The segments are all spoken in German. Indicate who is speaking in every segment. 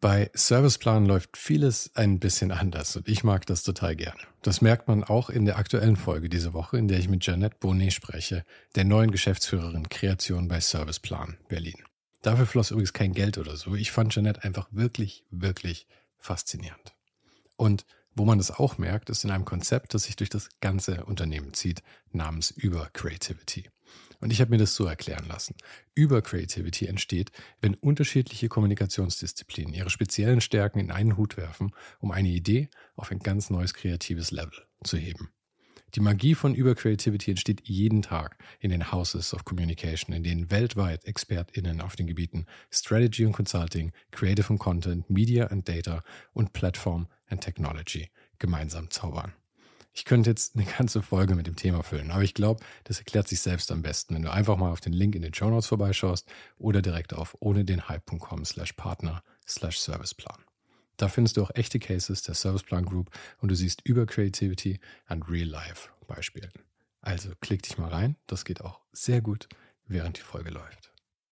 Speaker 1: Bei Serviceplan läuft vieles ein bisschen anders und ich mag das total gerne. Das merkt man auch in der aktuellen Folge diese Woche, in der ich mit Jeanette Bonnet spreche, der neuen Geschäftsführerin Kreation bei Serviceplan Berlin. Dafür floss übrigens kein Geld oder so. Ich fand Jeanette einfach wirklich, wirklich faszinierend. Und wo man das auch merkt, ist in einem Konzept, das sich durch das ganze Unternehmen zieht, namens Über-Creativity. Und ich habe mir das so erklären lassen. Über-Creativity entsteht, wenn unterschiedliche Kommunikationsdisziplinen ihre speziellen Stärken in einen Hut werfen, um eine Idee auf ein ganz neues kreatives Level zu heben. Die Magie von Über-Creativity entsteht jeden Tag in den Houses of Communication, in denen weltweit ExpertInnen auf den Gebieten Strategy und Consulting, Creative und Content, Media and Data und Platform and Technology gemeinsam zaubern. Ich könnte jetzt eine ganze Folge mit dem Thema füllen, aber ich glaube, das erklärt sich selbst am besten, wenn du einfach mal auf den Link in den Shownotes vorbeischaust oder direkt auf ohnedenhype.com/partner/Serviceplan. Da findest du auch echte Cases der Serviceplan Group und du siehst über Creativity an Real-Life-Beispielen. Also klick dich mal rein, das geht auch sehr gut, während die Folge läuft.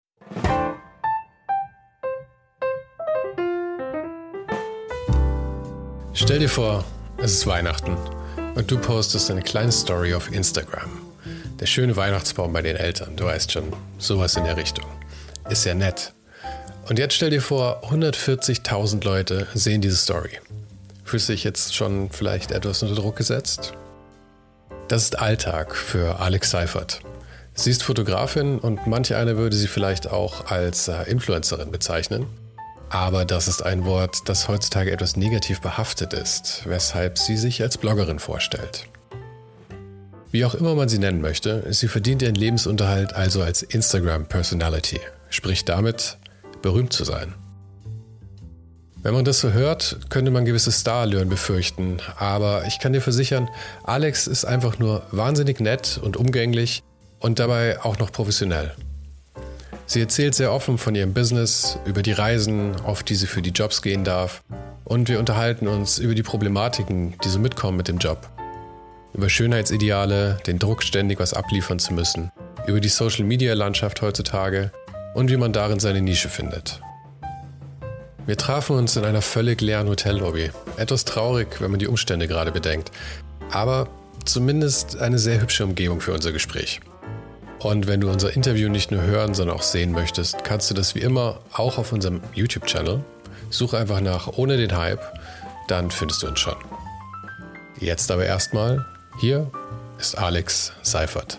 Speaker 1: Stell dir vor, es ist Weihnachten. Und du postest eine kleine Story auf Instagram. Der schöne Weihnachtsbaum bei den Eltern, du weißt schon, sowas in der Richtung. Ist ja nett. Und jetzt stell dir vor, 140.000 Leute sehen diese Story. Fühlst du dich jetzt schon vielleicht etwas unter Druck gesetzt? Das ist Alltag für Alex Seifert. Sie ist Fotografin und manch eine würde sie vielleicht auch als Influencerin bezeichnen. Aber das ist ein Wort, das heutzutage etwas negativ behaftet ist, weshalb sie sich als Bloggerin vorstellt. Wie auch immer man sie nennen möchte, sie verdient ihren Lebensunterhalt also als Instagram-Personality, sprich damit, berühmt zu sein. Wenn man das so hört, könnte man gewisse Starallüren befürchten, aber ich kann dir versichern, Alex ist einfach nur wahnsinnig nett und umgänglich und dabei auch noch professionell. Sie erzählt sehr offen von ihrem Business, über die Reisen, auf die sie für die Jobs gehen darf. Und wir unterhalten uns über die Problematiken, die so mitkommen mit dem Job. Über Schönheitsideale, den Druck, ständig was abliefern zu müssen. Über die Social-Media-Landschaft heutzutage und wie man darin seine Nische findet. Wir trafen uns in einer völlig leeren Hotellobby. Etwas traurig, wenn man die Umstände gerade bedenkt. Aber zumindest eine sehr hübsche Umgebung für unser Gespräch. Und wenn du unser Interview nicht nur hören, sondern auch sehen möchtest, kannst du das wie immer auch auf unserem YouTube-Channel. Such einfach nach Ohne den Hype, dann findest du uns schon. Jetzt aber erstmal, hier ist Alex Seifert.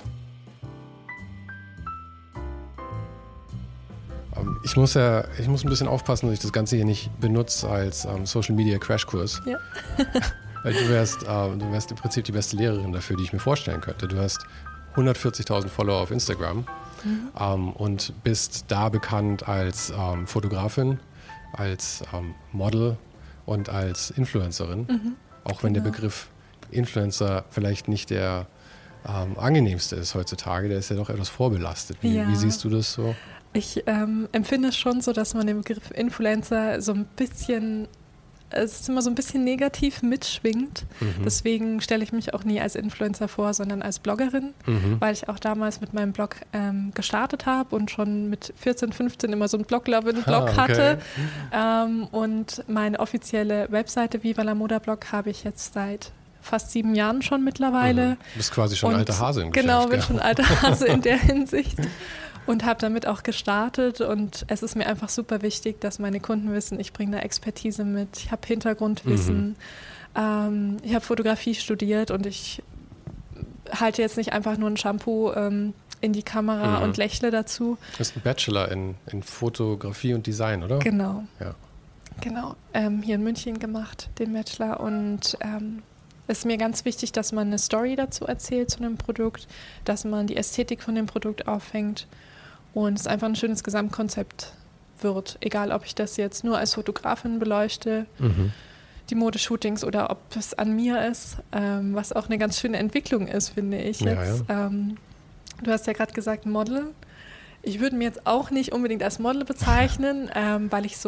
Speaker 1: Ich muss ein bisschen aufpassen, dass ich das Ganze hier nicht benutze als Social-Media-Crashkurs. Ja. Weil du wärst im Prinzip die beste Lehrerin dafür, die ich mir vorstellen könnte. Du hast 140.000 Follower auf Instagram und bist da bekannt als Fotografin, als Model und als Influencerin. Auch wenn der Begriff Influencer vielleicht nicht der angenehmste ist heutzutage, der ist ja doch etwas vorbelastet. Wie siehst du das so?
Speaker 2: Ich empfinde es schon so, dass man den Begriff Influencer so ein bisschen, es ist immer so ein bisschen negativ mitschwingt. Deswegen stelle ich mich auch nie als Influencer vor, sondern als Bloggerin, weil ich auch damals mit meinem Blog gestartet habe und schon mit 14, 15 immer so einen Blog-Blog hatte. Und meine offizielle Webseite Viva la Moda Blog habe ich jetzt seit fast 7 Jahren schon mittlerweile.
Speaker 1: Du bist quasi schon ein alter Hase im Geschäft.
Speaker 2: Genau, bin schon alter Hase in der Hinsicht. Und habe damit auch gestartet und es ist mir einfach super wichtig, dass meine Kunden wissen, ich bringe da Expertise mit, ich habe Hintergrundwissen, ich habe Fotografie studiert und ich halte jetzt nicht einfach nur ein Shampoo in die Kamera und lächle dazu.
Speaker 1: Du hast einen Bachelor in Fotografie und Design, oder?
Speaker 2: Genau.
Speaker 1: Ja.
Speaker 2: Genau, hier in München gemacht, den Bachelor und es ist mir ganz wichtig, dass man eine Story dazu erzählt zu einem Produkt, dass man die Ästhetik von dem Produkt auffängt und es einfach ein schönes Gesamtkonzept wird. Egal, ob ich das jetzt nur als Fotografin beleuchte, die Modeshootings oder ob es an mir ist, was auch eine ganz schöne Entwicklung ist, finde ich. Jetzt, du hast ja gerade gesagt Model. Ich würde mir jetzt auch nicht unbedingt als Model bezeichnen, weil ich so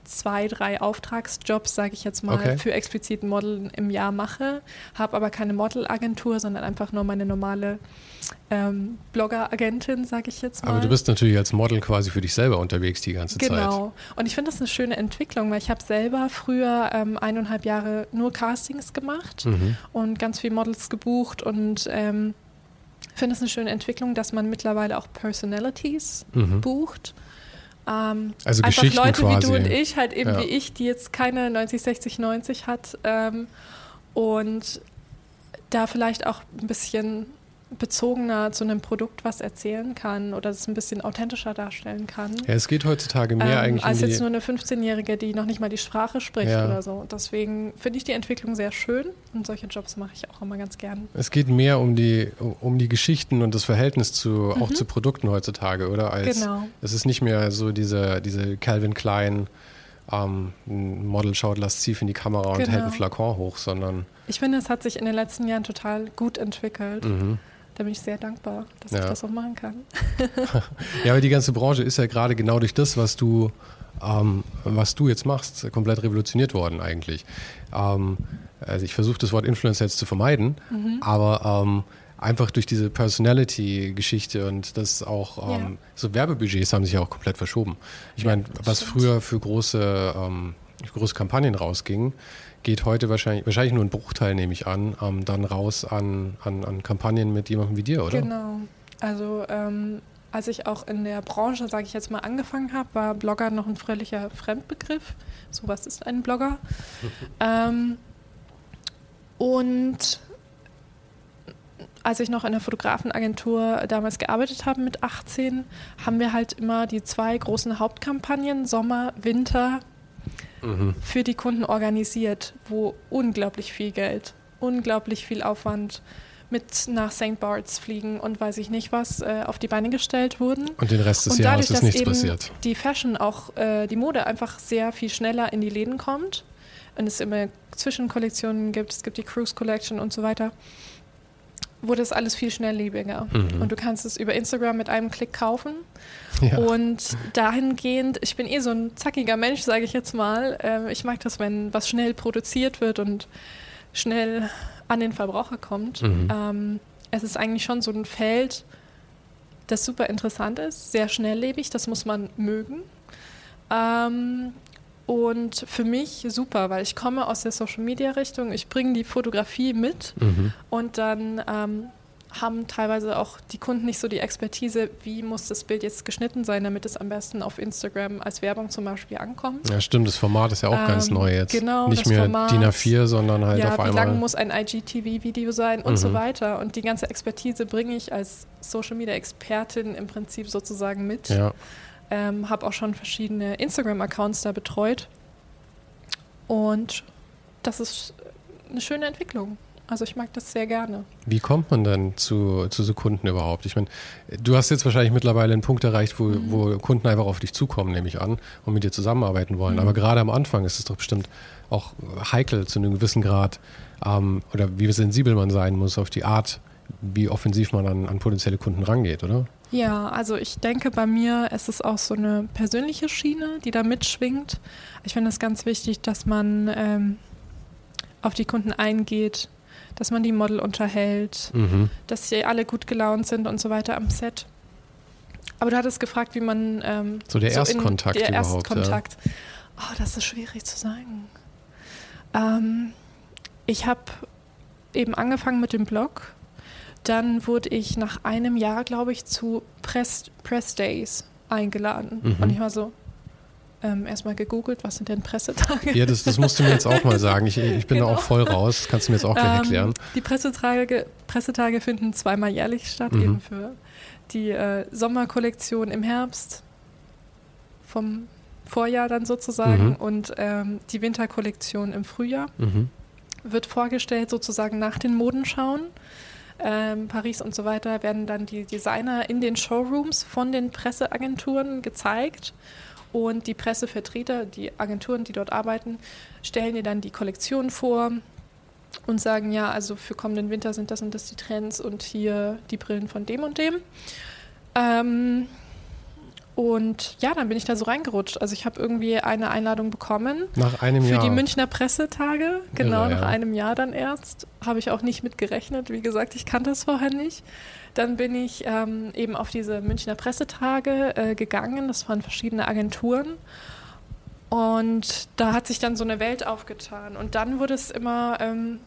Speaker 2: 2, 3 Auftragsjobs, sage ich jetzt mal, für explizit Model im Jahr mache, habe aber keine Modelagentur, sondern einfach nur meine normale Blogger-Agentin, sage ich jetzt mal.
Speaker 1: Aber du bist natürlich als Model quasi für dich selber unterwegs die ganze Zeit.
Speaker 2: Genau. Und ich finde das eine schöne Entwicklung, weil ich habe selber früher 1,5 Jahre nur Castings gemacht und ganz viele Models gebucht und finde es eine schöne Entwicklung, dass man mittlerweile auch Personalities bucht.
Speaker 1: Also
Speaker 2: einfach
Speaker 1: Geschichten
Speaker 2: Leute
Speaker 1: quasi.
Speaker 2: wie du und ich, halt eben wie ich, die jetzt keine 90, 60, 90 hat und da vielleicht auch ein bisschen bezogener zu einem Produkt was erzählen kann oder es ein bisschen authentischer darstellen kann.
Speaker 1: Ja, es geht heutzutage mehr eigentlich
Speaker 2: als jetzt nur eine 15-Jährige, die noch nicht mal die Sprache spricht oder so. Deswegen finde ich die Entwicklung sehr schön und solche Jobs mache ich auch immer ganz gern.
Speaker 1: Es geht mehr um die Geschichten und das Verhältnis auch zu Produkten heutzutage, oder?
Speaker 2: Genau.
Speaker 1: Es ist nicht mehr so diese Calvin Klein ein Model schaut lasziv in die Kamera und hält einen Flakon hoch, sondern...
Speaker 2: Ich finde, es hat sich in den letzten Jahren total gut entwickelt. Da bin ich sehr dankbar, dass ich das auch machen kann.
Speaker 1: Ja, aber die ganze Branche ist ja gerade genau durch das, was du jetzt machst, komplett revolutioniert worden eigentlich. Also ich versuche das Wort Influencer jetzt zu vermeiden, aber einfach durch diese Personality-Geschichte und das auch so Werbebudgets haben sich ja auch komplett verschoben. Ich meine, was früher für große Kampagnen rausging, geht heute wahrscheinlich nur ein Bruchteil, nehme ich an, dann raus an Kampagnen mit jemandem wie dir, oder?
Speaker 2: Genau. Also als ich auch in der Branche, sage ich jetzt mal, angefangen habe, war Blogger noch ein fröhlicher Fremdbegriff. So, was ist ein Blogger? Und als ich noch in der Fotografenagentur damals gearbeitet habe mit 18, haben wir halt immer die 2 großen Hauptkampagnen, Sommer, Winter, für die Kunden organisiert, wo unglaublich viel Geld, unglaublich viel Aufwand mit nach St. Bart's fliegen und weiß ich nicht was auf die Beine gestellt wurden.
Speaker 1: Und den Rest des Jahres ist nichts passiert.
Speaker 2: Die Fashion auch, die Mode einfach sehr viel schneller in die Läden kommt und es immer Zwischenkollektionen gibt, es gibt die Cruise Collection und so weiter, wurde es alles viel schnelllebiger. Und du kannst es über Instagram mit einem Klick kaufen. Ja. Und dahingehend, ich bin so ein zackiger Mensch, sage ich jetzt mal. Ich mag das, wenn was schnell produziert wird und schnell an den Verbraucher kommt. Es ist eigentlich schon so ein Feld, das super interessant ist, sehr schnelllebig, das muss man mögen. Und für mich super, weil ich komme aus der Social-Media-Richtung, ich bringe die Fotografie mit und dann haben teilweise auch die Kunden nicht so die Expertise, wie muss das Bild jetzt geschnitten sein, damit es am besten auf Instagram als Werbung zum Beispiel ankommt.
Speaker 1: Ja, stimmt, das Format ist ja auch ganz neu jetzt.
Speaker 2: Genau,
Speaker 1: nicht mehr Format, DIN A4, sondern halt auf einmal.
Speaker 2: Wie lang muss ein IGTV-Video sein und so weiter. Und die ganze Expertise bringe ich als Social-Media-Expertin im Prinzip sozusagen mit.
Speaker 1: Ja.
Speaker 2: Habe auch schon verschiedene Instagram-Accounts da betreut. Und das ist eine schöne Entwicklung. Also ich mag das sehr gerne.
Speaker 1: Wie kommt man dann zu so Kunden überhaupt? Ich meine, du hast jetzt wahrscheinlich mittlerweile einen Punkt erreicht, wo Kunden einfach auf dich zukommen, nehme ich an, und mit dir zusammenarbeiten wollen. Aber gerade am Anfang ist es doch bestimmt auch heikel zu einem gewissen Grad oder wie sensibel man sein muss auf die Art, wie offensiv man an potenzielle Kunden rangeht, oder?
Speaker 2: Ja, also ich denke, bei mir ist es auch so eine persönliche Schiene, die da mitschwingt. Ich finde es ganz wichtig, dass man auf die Kunden eingeht, dass man die Model unterhält, dass sie alle gut gelaunt sind und so weiter am Set. Aber du hattest gefragt, wie man...
Speaker 1: so der Erstkontakt
Speaker 2: überhaupt. Der
Speaker 1: Erstkontakt.
Speaker 2: Ja. Oh, das ist schwierig zu sagen. Ich habe eben angefangen mit dem Blog. Dann wurde ich nach einem Jahr, glaube ich, zu Press Days eingeladen. Und ich war so... erstmal gegoogelt, was sind denn Pressetage?
Speaker 1: Ja, das musst du mir jetzt auch mal sagen. Ich bin da auch voll raus. Das kannst du mir jetzt auch gleich erklären.
Speaker 2: Die Pressetage finden 2-mal jährlich statt, eben für die Sommerkollektion im Herbst vom Vorjahr dann sozusagen und die Winterkollektion im Frühjahr. Wird vorgestellt sozusagen nach den Modenschauen. Paris und so weiter werden dann die Designer in den Showrooms von den Presseagenturen gezeigt. Und die Pressevertreter, die Agenturen, die dort arbeiten, stellen dir dann die Kollektion vor und sagen, ja, also für kommenden Winter sind das und das die Trends und hier die Brillen von dem und dem. Und ja, dann bin ich da so reingerutscht. Also ich habe irgendwie eine Einladung bekommen.
Speaker 1: Nach einem Jahr?
Speaker 2: Für die Münchner Pressetage. Genau,
Speaker 1: Irre,
Speaker 2: nach einem Jahr dann erst. Habe ich auch nicht mit gerechnet. Wie gesagt, ich kannte es vorher nicht. Dann bin ich eben auf diese Münchner Pressetage gegangen. Das waren verschiedene Agenturen. Und da hat sich dann so eine Welt aufgetan. Und dann wurde es immer,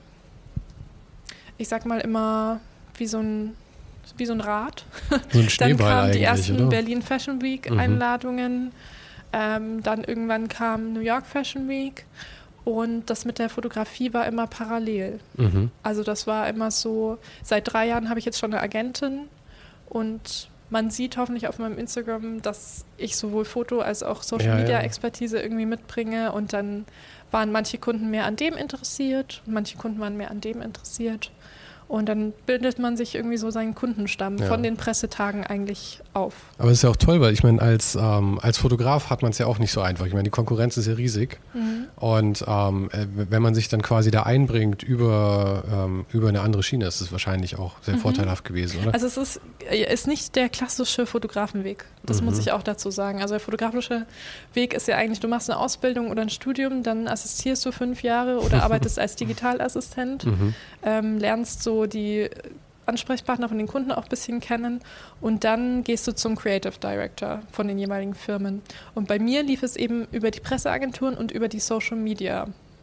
Speaker 2: ich sag mal immer wie so ein Rad.
Speaker 1: So ein Schneeball.
Speaker 2: Dann kamen die ersten
Speaker 1: oder?
Speaker 2: Berlin Fashion Week Einladungen. Dann irgendwann kam New York Fashion Week. Und das mit der Fotografie war immer parallel. Also das war immer so, seit 3 Jahren habe ich jetzt schon eine Agentin. Und man sieht hoffentlich auf meinem Instagram, dass ich sowohl Foto- als auch Social-Media-Expertise irgendwie mitbringe. Und dann waren manche Kunden mehr an dem interessiert, manche Kunden waren mehr an dem interessiert. Und dann bildet man sich irgendwie so seinen Kundenstamm von den Pressetagen eigentlich auf.
Speaker 1: Aber es ist ja auch toll, weil ich meine, als Fotograf hat man es ja auch nicht so einfach. Ich meine, die Konkurrenz ist ja riesig. Und wenn man sich dann quasi da einbringt über eine andere Schiene, ist es wahrscheinlich auch sehr vorteilhaft gewesen, oder?
Speaker 2: Also es ist nicht der klassische Fotografenweg. Das muss ich auch dazu sagen. Also der fotografische Weg ist ja eigentlich, du machst eine Ausbildung oder ein Studium, dann assistierst du 5 Jahre oder arbeitest als Digitalassistent, lernst so die Ansprechpartner von den Kunden auch ein bisschen kennen und dann gehst du zum Creative Director von den jeweiligen Firmen. Und bei mir lief es eben über die Presseagenturen und über die Social Media.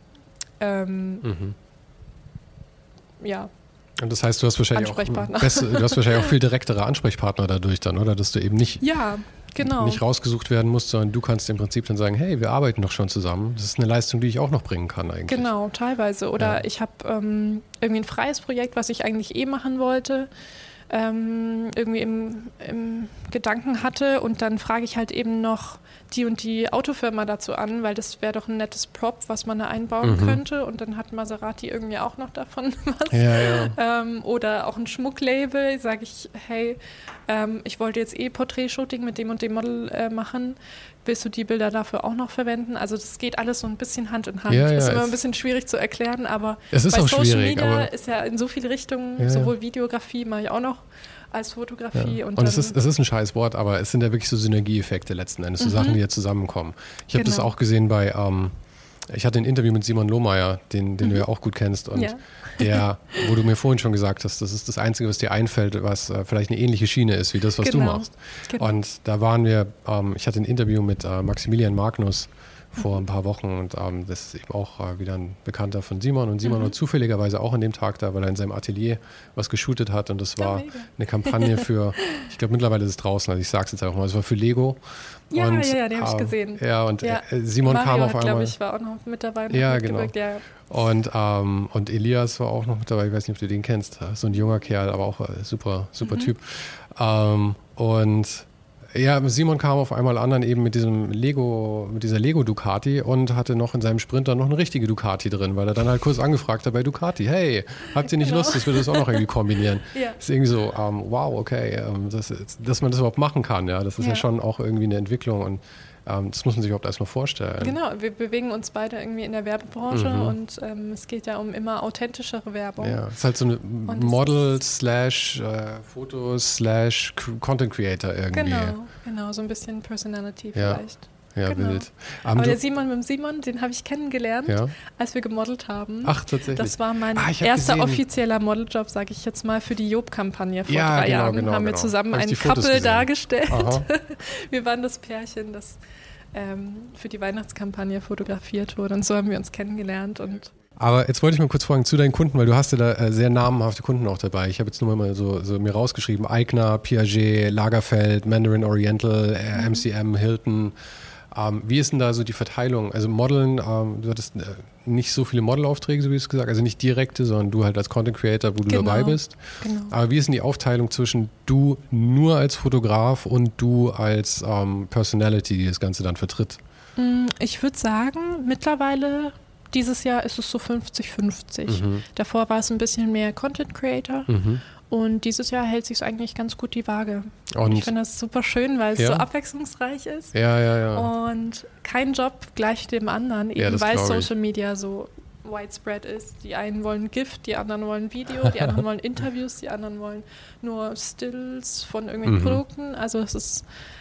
Speaker 2: Ja.
Speaker 1: Und das heißt, du hast wahrscheinlich auch viel direktere Ansprechpartner dadurch dann, oder? Dass du eben nicht rausgesucht werden musst, sondern du kannst im Prinzip dann sagen, hey, wir arbeiten doch schon zusammen. Das ist eine Leistung, die ich auch noch bringen kann eigentlich.
Speaker 2: Genau, teilweise. Oder ich habe irgendwie ein freies Projekt, was ich eigentlich machen wollte, irgendwie im Gedanken hatte und dann frage ich halt eben noch die und die Autofirma dazu an, weil das wäre doch ein nettes Prop, was man da einbauen könnte und dann hat Maserati irgendwie auch noch davon was. Oder auch ein Schmucklabel, sage ich, hey, ich wollte jetzt Porträtshooting mit dem und dem Model machen, willst du die Bilder dafür auch noch verwenden? Also das geht alles so ein bisschen Hand in Hand. Ist immer ein bisschen schwierig zu erklären, aber
Speaker 1: es ist
Speaker 2: bei
Speaker 1: auch
Speaker 2: Social
Speaker 1: schwierig,
Speaker 2: Media ist ja in so viele Richtungen, sowohl Videografie mache ich auch noch, als Fotografie.
Speaker 1: Und es ist ein scheiß Wort, aber es sind ja wirklich so Synergieeffekte letzten Endes, so Sachen, die ja zusammenkommen. Ich habe das auch gesehen bei, ich hatte ein Interview mit Simon Lohmeier, den du ja auch gut kennst und wo du mir vorhin schon gesagt hast, das ist das Einzige, was dir einfällt, was vielleicht eine ähnliche Schiene ist, wie das, was du machst. Und da waren wir, ich hatte ein Interview mit Maximilian Magnus vor ein paar Wochen und das ist eben auch wieder ein Bekannter von Simon und Simon war zufälligerweise auch an dem Tag da, weil er in seinem Atelier was geshootet hat und das war eine Kampagne für, ich glaube mittlerweile ist es draußen, also ich sage es jetzt einfach mal, es war für Lego.
Speaker 2: Ja, den habe ich gesehen.
Speaker 1: Ja, und Simon
Speaker 2: Mario
Speaker 1: kam auf einmal.
Speaker 2: glaube ich, war auch noch mit dabei.
Speaker 1: Ja, genau. Und Elias war auch noch mit dabei, ich weiß nicht, ob du den kennst, so ein junger Kerl, aber auch super Typ. Und ja, Simon kam auf einmal an dann eben mit dieser Lego Ducati und hatte noch in seinem Sprinter noch eine richtige Ducati drin, weil er dann halt kurz angefragt hat bei Ducati, hey, habt ihr nicht Lust, dass wir das auch noch irgendwie kombinieren? Ist irgendwie so, wow, okay, dass man das überhaupt machen kann, ja, das ist ja schon auch irgendwie eine Entwicklung und das muss man sich überhaupt erstmal vorstellen.
Speaker 2: Genau, wir bewegen uns beide irgendwie in der Werbebranche und es geht ja um immer authentischere Werbung.
Speaker 1: Ja, es ist halt so eine Model Foto Content Creator irgendwie.
Speaker 2: Genau, so ein bisschen Personality vielleicht.
Speaker 1: Ja, wild.
Speaker 2: Aber der Simon mit dem Simon, den habe ich kennengelernt, als wir gemodelt haben.
Speaker 1: Ach, tatsächlich.
Speaker 2: Das war mein erster offizieller Modeljob, sage ich jetzt mal, für die Job-Kampagne vor 3 Jahren. Haben wir zusammen ein Couple dargestellt. Wir waren das Pärchen, das für die Weihnachtskampagne fotografiert wurde. Und so haben wir uns kennengelernt.
Speaker 1: Aber jetzt wollte ich mal kurz fragen zu deinen Kunden, weil du hast ja da sehr namenhafte Kunden auch dabei. Ich habe jetzt nur mal so mir rausgeschrieben, Eigner, Piaget, Lagerfeld, Mandarin Oriental, MCM, Hilton. Wie ist denn da so die Verteilung? Also Modeln, du hattest nicht so viele Modelaufträge, so wie du es gesagt hast, also nicht direkte, sondern du halt als Content Creator, wo du dabei bist.
Speaker 2: Genau.
Speaker 1: Aber wie ist denn die Aufteilung zwischen du nur als Fotograf und du als Personality, die das Ganze dann vertritt?
Speaker 2: Ich würde sagen, mittlerweile, dieses Jahr ist es so 50-50. Davor war es ein bisschen mehr Content Creator. Und dieses Jahr hält sich eigentlich ganz gut die Waage. Und ich finde das super schön, weil es so abwechslungsreich ist.
Speaker 1: Ja.
Speaker 2: Und kein Job gleich dem anderen, eben weil Social Media so widespread ist. Die einen wollen Gift, die anderen wollen Video, die anderen wollen Interviews, die anderen wollen nur Stills von irgendwelchen Produkten. Also es ist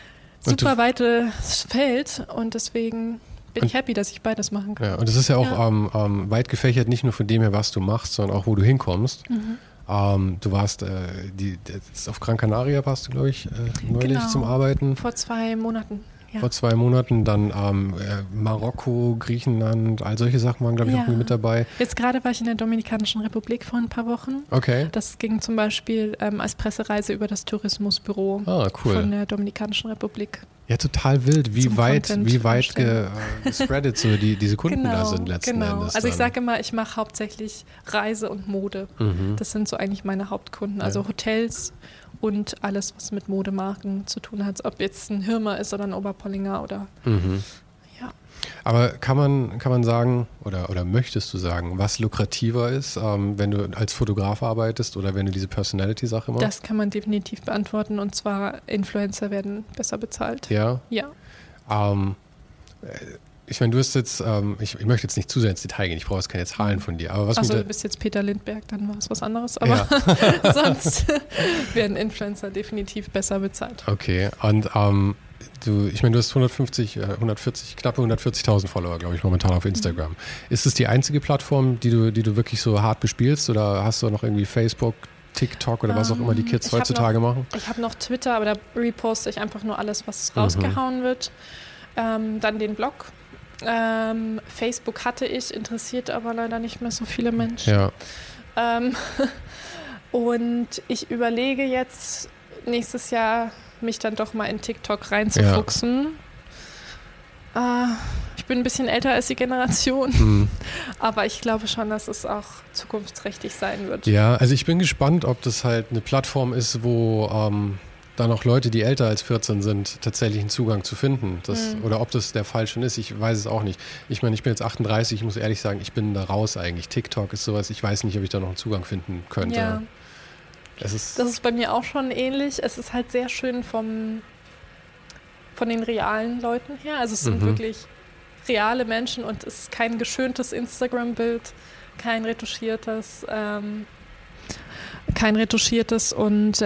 Speaker 2: super weites Feld und deswegen bin ich happy, dass ich beides machen kann.
Speaker 1: Ja, und es ist ja auch weit gefächert, nicht nur von dem her, was du machst, sondern auch, wo du hinkommst. Du warst auf Gran Canaria, warst du, glaube ich, neulich zum Arbeiten.
Speaker 2: Vor 2 Monaten. Ja.
Speaker 1: Vor 2 Monaten, dann Marokko, Griechenland, all solche Sachen waren, glaube ich, auch mit dabei.
Speaker 2: Jetzt gerade war ich in der Dominikanischen Republik vor ein paar Wochen.
Speaker 1: Okay.
Speaker 2: Das ging zum Beispiel als Pressereise über das Tourismusbüro von der Dominikanischen Republik.
Speaker 1: Ja, total wild, wie weit gespreadet so diese Kunden da sind letzten Endes.
Speaker 2: Also ich sage immer, ich mache hauptsächlich Reise und Mode. Das sind so eigentlich meine Hauptkunden. Also Hotels und alles, was mit Modemarken zu tun hat. Ob jetzt ein Hirmer ist oder ein Oberpollinger oder ja.
Speaker 1: Aber kann man sagen, oder möchtest du sagen, was lukrativer ist, wenn du als Fotograf arbeitest oder wenn du diese Personality-Sache machst?
Speaker 2: Das kann man definitiv beantworten, und zwar Influencer werden besser bezahlt.
Speaker 1: Ja?
Speaker 2: Ja.
Speaker 1: Ich meine, du hast jetzt, ich möchte jetzt nicht zu sehr ins Detail gehen, ich brauche jetzt keine Zahlen von dir. Aber
Speaker 2: du bist jetzt Peter Lindbergh, dann war es was anderes, aber sonst werden Influencer definitiv besser bezahlt.
Speaker 1: Okay, und du hast knappe 140.000 Follower, glaube ich, momentan auf Instagram. Ist es die einzige Plattform, die du wirklich so hart bespielst, oder hast du noch irgendwie Facebook, TikTok oder was auch immer die Kids heutzutage machen?
Speaker 2: Ich habe noch Twitter, aber da reposte ich einfach nur alles, was rausgehauen wird. Dann den Blog. Facebook hatte ich, interessiert aber leider nicht mehr so viele Menschen.
Speaker 1: Ja.
Speaker 2: Und ich überlege jetzt nächstes Jahr, mich dann doch mal in TikTok reinzufuchsen. Ich bin ein bisschen älter als die Generation, aber ich glaube schon, dass es auch zukunftsträchtig sein wird.
Speaker 1: Ja, also ich bin gespannt, ob das halt eine Plattform ist, wo dann auch Leute, die älter als 14 sind, tatsächlich einen Zugang zu finden. Oder ob das der Fall schon ist, ich weiß es auch nicht. Ich meine, ich bin jetzt 38, ich muss ehrlich sagen, ich bin da raus eigentlich. TikTok ist sowas, ich weiß nicht, ob ich da noch einen Zugang finden könnte.
Speaker 2: Ja. Das ist bei mir auch schon ähnlich. Es ist halt sehr schön von den realen Leuten her. Also es sind wirklich reale Menschen und es ist kein geschöntes Instagram-Bild, kein retuschiertes und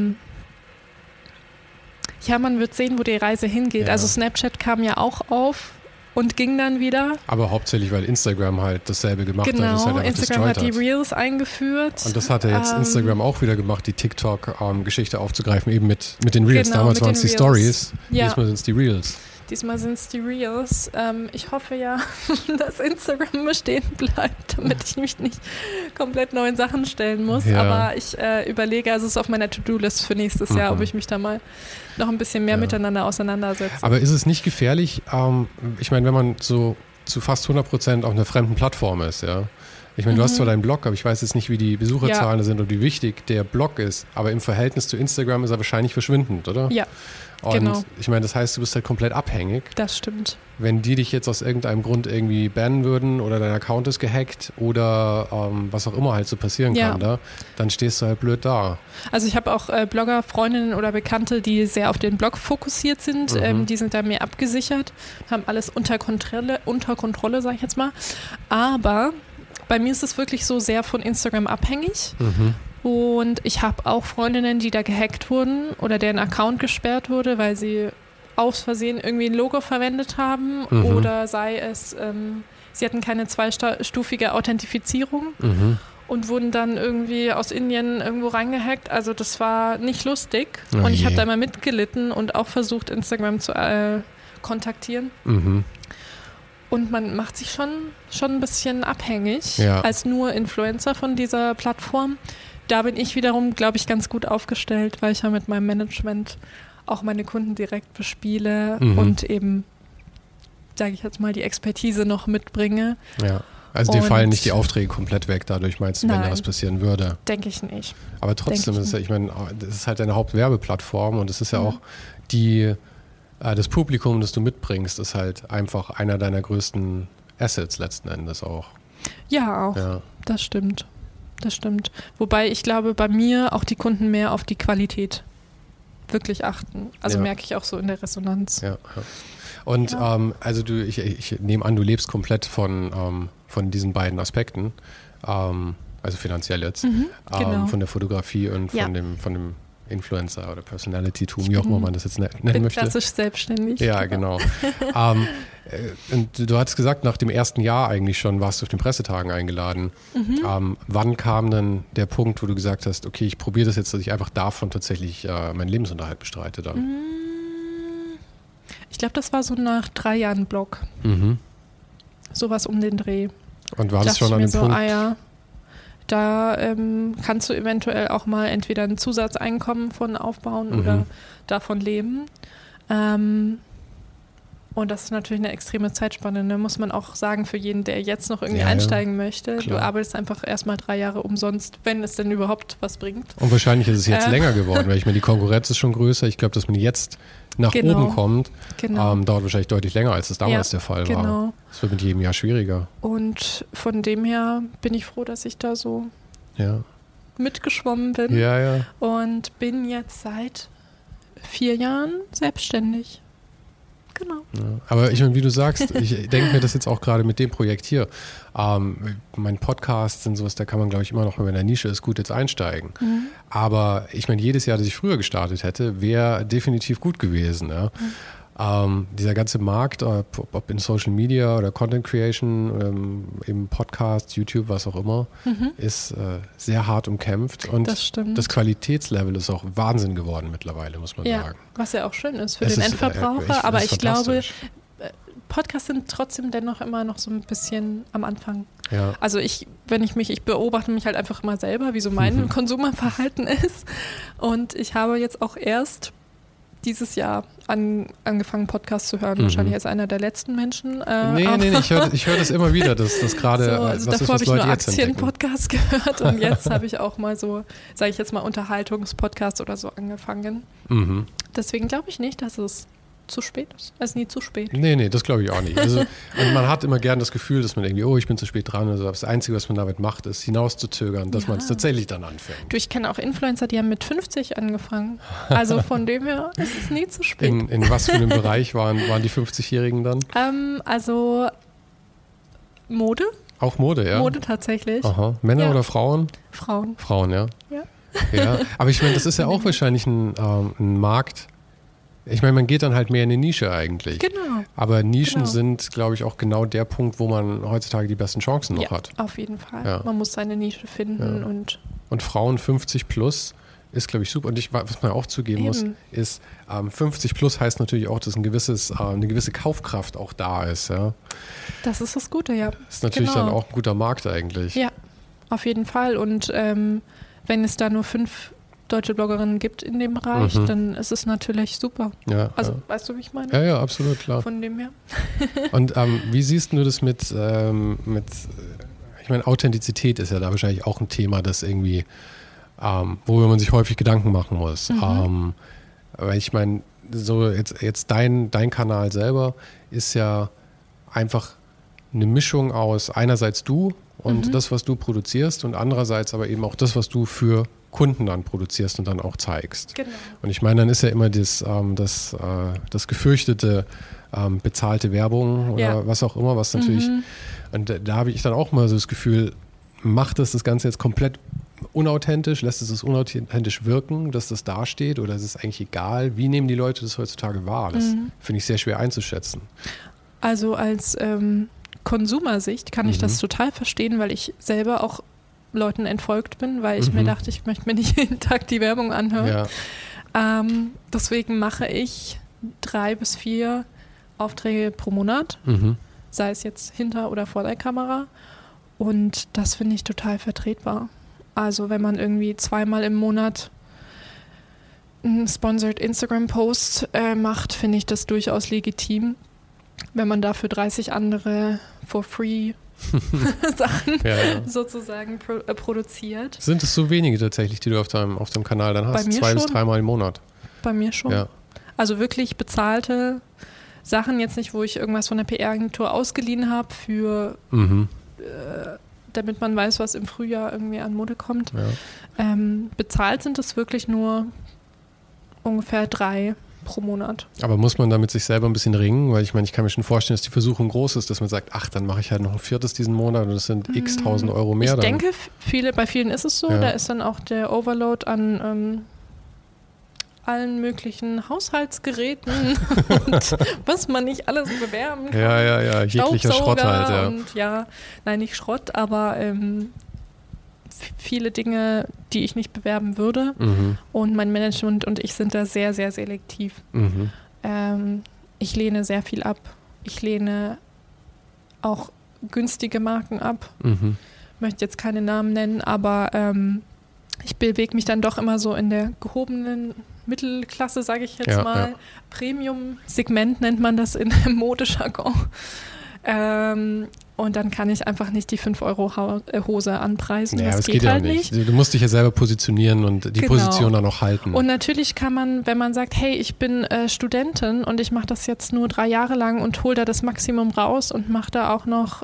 Speaker 2: man wird sehen, wo die Reise hingeht. Ja. Also Snapchat kam ja auch auf und ging dann wieder.
Speaker 1: Aber hauptsächlich, weil Instagram halt dasselbe gemacht hat.
Speaker 2: Genau,
Speaker 1: halt
Speaker 2: Instagram hat die Reels eingeführt.
Speaker 1: Und das hat ja jetzt Instagram auch wieder gemacht, die TikTok-Geschichte aufzugreifen, eben mit den Reels. Genau, damals waren es die Stories, diesmal sind es die Reels.
Speaker 2: Diesmal sind es die Reels. Ich hoffe ja, dass Instagram bestehen bleibt, damit ich mich nicht komplett neuen Sachen stellen muss. Ja. Aber ich überlege, also es ist auf meiner To-Do-List für nächstes Jahr, ob ich mich da mal noch ein bisschen mehr miteinander auseinandersetze.
Speaker 1: Aber ist es nicht gefährlich, ich meine, wenn man so zu fast 100% auf einer fremden Plattform ist, ja? Ich meine, du hast zwar deinen Blog, aber ich weiß jetzt nicht, wie die Besucherzahlen sind und wie wichtig der Blog ist. Aber im Verhältnis zu Instagram ist er wahrscheinlich verschwindend, oder?
Speaker 2: Ja,
Speaker 1: und
Speaker 2: genau.
Speaker 1: Ich meine, das heißt, du bist halt komplett abhängig.
Speaker 2: Das stimmt.
Speaker 1: Wenn die dich jetzt aus irgendeinem Grund irgendwie bannen würden oder dein Account ist gehackt oder was auch immer halt so passieren kann da, dann stehst du halt blöd da.
Speaker 2: Also ich habe auch Blogger, Freundinnen oder Bekannte, die sehr auf den Blog fokussiert sind. Die sind da mehr abgesichert, haben alles unter Kontrolle, sage ich jetzt mal. Aber bei mir ist es wirklich so sehr von Instagram abhängig. Und ich habe auch Freundinnen, die da gehackt wurden oder deren Account gesperrt wurde, weil sie aus Versehen irgendwie ein Logo verwendet haben oder sei es, sie hatten keine zweistufige Authentifizierung und wurden dann irgendwie aus Indien irgendwo reingehackt. Also das war nicht lustig und ich habe da immer mitgelitten und auch versucht, Instagram zu kontaktieren. Und man macht sich schon ein bisschen abhängig als nur Influencer von dieser Plattform. Da bin ich wiederum, glaube ich, ganz gut aufgestellt, weil ich ja mit meinem Management auch meine Kunden direkt bespiele und eben, sage ich jetzt mal, die Expertise noch mitbringe.
Speaker 1: Ja, also dir fallen nicht die Aufträge komplett weg, dadurch meinst du, wenn da was passieren würde?
Speaker 2: Denke ich nicht.
Speaker 1: Aber trotzdem ist ja, ich meine, das ist halt deine Hauptwerbeplattform und es ist ja auch das Publikum, das du mitbringst, ist halt einfach einer deiner größten Assets letzten Endes auch.
Speaker 2: Ja, auch. Ja. Das stimmt. Wobei ich glaube, bei mir auch die Kunden mehr auf die Qualität wirklich achten. Also merke ich auch so in der Resonanz.
Speaker 1: Ja. Und also ich nehme an, du lebst komplett von diesen beiden Aspekten, also finanziell jetzt,
Speaker 2: genau.
Speaker 1: von der Fotografie und von dem Influencer oder Personality-Tum, wie auch immer man das jetzt nennen möchte.
Speaker 2: Klassisch selbstständig.
Speaker 1: Ja, genau. Und du hattest gesagt, nach dem ersten Jahr eigentlich schon warst du auf den Pressetagen eingeladen. Wann kam dann der Punkt, wo du gesagt hast, okay, ich probiere das jetzt, dass ich einfach davon tatsächlich meinen Lebensunterhalt bestreite dann?
Speaker 2: Ich glaube, das war so nach 3 Jahren Blog. Sowas um den Dreh.
Speaker 1: Und war das schon an dem Punkt?
Speaker 2: Da kannst du eventuell auch mal entweder ein Zusatzeinkommen von aufbauen oder davon leben. Und das ist natürlich eine extreme Zeitspanne, ne? Muss man auch sagen, für jeden, der jetzt noch irgendwie einsteigen möchte.
Speaker 1: Klar.
Speaker 2: Du arbeitest einfach erstmal 3 Jahre umsonst, wenn es denn überhaupt was bringt.
Speaker 1: Und wahrscheinlich ist es jetzt länger geworden, weil ich meine, die Konkurrenz ist schon größer. Ich glaube, dass man jetzt nach oben kommt, dauert wahrscheinlich deutlich länger, als es damals der Fall war. Es wird mit jedem Jahr schwieriger.
Speaker 2: Und von dem her bin ich froh, dass ich da so mitgeschwommen bin. Und bin jetzt seit 4 Jahren selbstständig. Genau.
Speaker 1: Ja, aber ich meine, wie du sagst, ich denke mir das jetzt auch gerade mit dem Projekt hier. Mein Podcast sind sowas, da kann man, glaube ich, immer noch, wenn man in der Nische ist, gut jetzt einsteigen. Aber ich meine, jedes Jahr, das ich früher gestartet hätte, wäre definitiv gut gewesen. Ja? Dieser ganze Markt, ob in Social Media oder Content Creation, im Podcast, YouTube, was auch immer, ist sehr hart umkämpft. Und das Qualitätslevel ist auch Wahnsinn geworden mittlerweile, muss man sagen.
Speaker 2: Was ja auch schön ist für den Endverbraucher. Aber ich glaube, Podcasts sind trotzdem dennoch immer noch so ein bisschen am Anfang. Ja. Also ich beobachte mich halt einfach mal selber, wie so mein Konsumerverhalten ist. Und ich habe jetzt auch erst dieses Jahr angefangen, Podcasts zu hören. Wahrscheinlich als einer der letzten Menschen.
Speaker 1: Nee, ich höre das immer wieder, dass das gerade
Speaker 2: also davor habe ich nur Aktien-Podcasts gehört und jetzt habe ich auch mal so, sage ich jetzt mal, Unterhaltungspodcasts oder so angefangen. Deswegen glaube ich nicht, dass es zu spät ist. Es ist nie zu spät.
Speaker 1: Nee, das glaube ich auch nicht. Also, und man hat immer gern das Gefühl, dass man irgendwie, ich bin zu spät dran. Also das Einzige, was man damit macht, ist hinauszuzögern, dass man es tatsächlich dann anfängt.
Speaker 2: Du, ich kenne auch Influencer, die haben mit 50 angefangen. Also von dem her ist es nie zu spät.
Speaker 1: In was für einem Bereich waren die 50-Jährigen dann?
Speaker 2: Also Mode.
Speaker 1: Auch Mode, ja?
Speaker 2: Mode tatsächlich.
Speaker 1: Aha. Männer oder Frauen?
Speaker 2: Frauen.
Speaker 1: Frauen, ja. Ja. Aber ich meine, das ist ja auch wahrscheinlich ein Markt. Ich meine, man geht dann halt mehr in eine Nische eigentlich.
Speaker 2: Genau.
Speaker 1: Aber Nischen sind, glaube ich, auch genau der Punkt, wo man heutzutage die besten Chancen noch hat.
Speaker 2: Auf jeden Fall. Ja. Man muss seine Nische finden.
Speaker 1: Und Frauen 50 plus ist, glaube ich, super. Und was man auch zugeben muss, ist, 50 plus heißt natürlich auch, dass eine gewisse Kaufkraft auch da ist. Ja?
Speaker 2: Das ist das Gute, ja.
Speaker 1: Das ist natürlich dann auch ein guter Markt eigentlich.
Speaker 2: Ja, auf jeden Fall. Und wenn es da nur 5 deutsche Bloggerinnen gibt in dem Bereich, dann ist es natürlich super. Ja, also, weißt du, wie ich meine?
Speaker 1: Ja, absolut, klar.
Speaker 2: Von dem her.
Speaker 1: Und wie siehst du das mit, ich meine, Authentizität ist ja da wahrscheinlich auch ein Thema, das irgendwie, worüber man sich häufig Gedanken machen muss. Weil ich meine, so jetzt dein Kanal selber ist ja einfach eine Mischung aus einerseits du und das, was du produzierst und andererseits aber eben auch das, was du für Kunden dann produzierst und dann auch zeigst.
Speaker 2: Genau.
Speaker 1: Und ich meine, dann ist ja immer das gefürchtete bezahlte Werbung oder was auch immer, was natürlich, und da habe ich dann auch mal so das Gefühl, macht das Ganze jetzt komplett unauthentisch, lässt es unauthentisch wirken, dass das dasteht oder ist es eigentlich egal? Wie nehmen die Leute das heutzutage wahr? Das finde ich sehr schwer einzuschätzen.
Speaker 2: Also als Konsumersicht kann ich das total verstehen, weil ich selber auch Leuten entfolgt bin, weil ich mir dachte, ich möchte mir nicht jeden Tag die Werbung anhören. Ja. Deswegen mache ich 3 bis 4 Aufträge pro Monat, sei es jetzt hinter oder vor der Kamera. Und das finde ich total vertretbar. Also wenn man irgendwie 2-mal im Monat einen Sponsored Instagram-Post macht, finde ich das durchaus legitim. Wenn man dafür 30 andere for free Sachen sozusagen produziert.
Speaker 1: Sind es so wenige tatsächlich, die du auf deinem Kanal dann hast? 2 bis 3 Mal im Monat?
Speaker 2: Bei mir schon. Ja. Also wirklich bezahlte Sachen, jetzt nicht, wo ich irgendwas von der PR-Agentur ausgeliehen habe für damit man weiß, was im Frühjahr irgendwie an Mode kommt. Ja. Bezahlt sind es wirklich nur ungefähr 3 pro Monat. Aber muss man da mit sich selber ein bisschen ringen? Weil ich meine, ich kann mir schon vorstellen, dass die Versuchung groß ist, dass man sagt, dann mache ich halt noch ein 4. diesen Monat und das sind x 1000 Euro mehr. Ich denke, bei vielen ist es so, da ist dann auch der Overload an allen möglichen Haushaltsgeräten und was man nicht alles bewerben kann.
Speaker 1: Ja, jeglicher Schrott halt, ja.
Speaker 2: Und nein, nicht Schrott, aber viele Dinge, die ich nicht bewerben würde. Und mein Management und ich sind da sehr, sehr selektiv. Ich lehne sehr viel ab. Ich lehne auch günstige Marken ab. Möchte jetzt keine Namen nennen, aber ich bewege mich dann doch immer so in der gehobenen Mittelklasse, sage ich jetzt mal. Ja. Premium-Segment nennt man das im Modejargon. Und dann kann ich einfach nicht die 5-Euro-Hose anpreisen.
Speaker 1: Ja, das geht halt nicht. Du musst dich ja selber positionieren und die Position dann auch halten.
Speaker 2: Und natürlich kann man, wenn man sagt, hey, ich bin Studentin und ich mache das jetzt nur 3 Jahre lang und hole da das Maximum raus und mache da auch noch